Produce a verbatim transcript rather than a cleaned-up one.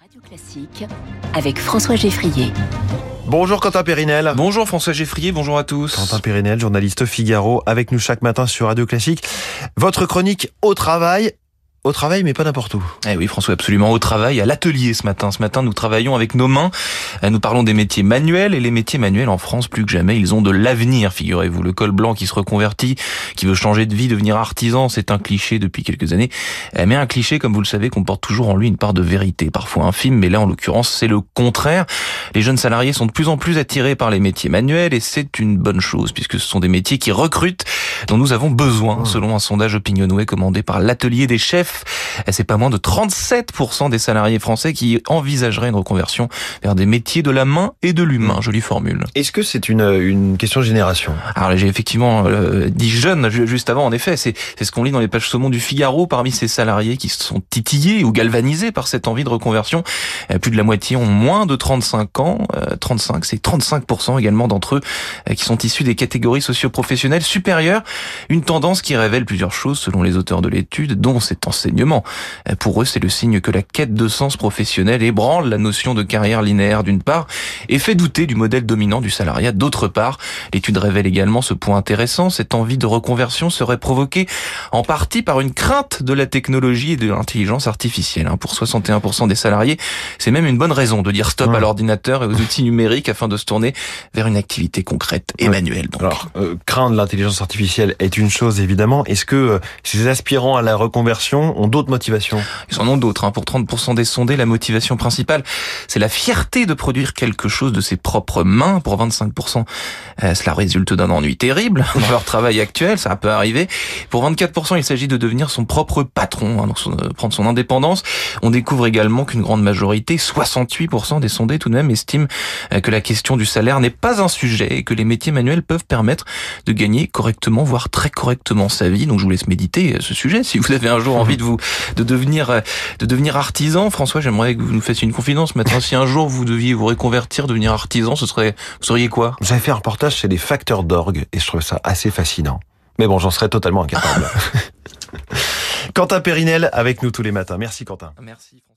Radio Classique avec François Geffrier. Bonjour Quentin Périnel. Bonjour François Geffrier, bonjour à tous. Quentin Périnel, journaliste Figaro, avec nous chaque matin sur Radio Classique. Votre chronique au travail. Au travail, mais pas n'importe où. Eh oui, François, absolument. Au travail, à l'atelier ce matin. Ce matin, nous travaillons avec nos mains. Nous parlons des métiers manuels. Et les métiers manuels en France, plus que jamais, ils ont de l'avenir, figurez-vous. Le col blanc qui se reconvertit, qui veut changer de vie, devenir artisan, c'est un cliché depuis quelques années. Mais un cliché, comme vous le savez, comporte toujours en lui une part de vérité, parfois infime. Mais là, en l'occurrence, c'est le contraire. Les jeunes salariés sont de plus en plus attirés par les métiers manuels. Et c'est une bonne chose, puisque ce sont des métiers qui recrutent, dont nous avons besoin, selon un sondage Opinionway commandé par l'atelier des chefs. C'est pas moins de trente-sept pour cent des salariés français qui envisageraient une reconversion vers des métiers de la main et de l'humain. Jolie formule. Est-ce que c'est une, une question de génération ? Alors j'ai effectivement euh, dit jeune juste avant, en effet. C'est, c'est ce qu'on lit dans les pages saumon du Figaro. Parmi ces salariés qui se sont titillés ou galvanisés par cette envie de reconversion, euh, plus de la moitié ont moins de trente-cinq ans. Euh, trente-cinq, c'est trente-cinq pour cent également d'entre eux euh, qui sont issus des catégories socio-professionnelles supérieures. Une tendance qui révèle plusieurs choses selon les auteurs de l'étude, dont cet enseignement. Pour eux, c'est le signe que la quête de sens professionnel ébranle la notion de carrière linéaire d'une part et fait douter du modèle dominant du salariat d'autre part. L'étude révèle également ce point intéressant, cette envie de reconversion serait provoquée en partie par une crainte de la technologie et de l'intelligence artificielle. Pour soixante et un pour cent des salariés, c'est même une bonne raison de dire stop mmh. à l'ordinateur et aux outils numériques afin de se tourner vers une activité concrète et manuelle. Donc. Alors, euh, craindre l'intelligence artificielle est une chose évidemment. Est-ce que euh, ces aspirants à la reconversion ont d'autres motivations ? Ils en ont d'autres. Pour trente pour cent des sondés, la motivation principale, c'est la fierté de produire quelque chose de ses propres mains. Pour vingt-cinq pour cent, euh, cela résulte d'un ennui terrible dans leur travail actuel. Ça peut arriver. Pour vingt-quatre pour cent, il s'agit de devenir son propre patron, hein, donc son, euh, prendre son indépendance. On découvre également qu'une grande majorité, soixante-huit pour cent des sondés tout de même, estiment euh, que la question du salaire n'est pas un sujet et que les métiers manuels peuvent permettre de gagner correctement, voire très correctement sa vie. Donc je vous laisse méditer ce sujet. Si vous avez un jour envie de vous de devenir de devenir artisan, François, j'aimerais que vous nous fassiez une confidence maintenant. Si un jour vous deviez vous reconvertir, devenir artisan, ce serait vous seriez quoi ? J'avais fait un reportage chez les facteurs d'orgue et je trouvais ça assez fascinant. Mais bon, j'en serais totalement incapable. Quentin Périnel avec nous tous les matins. Merci Quentin. Merci.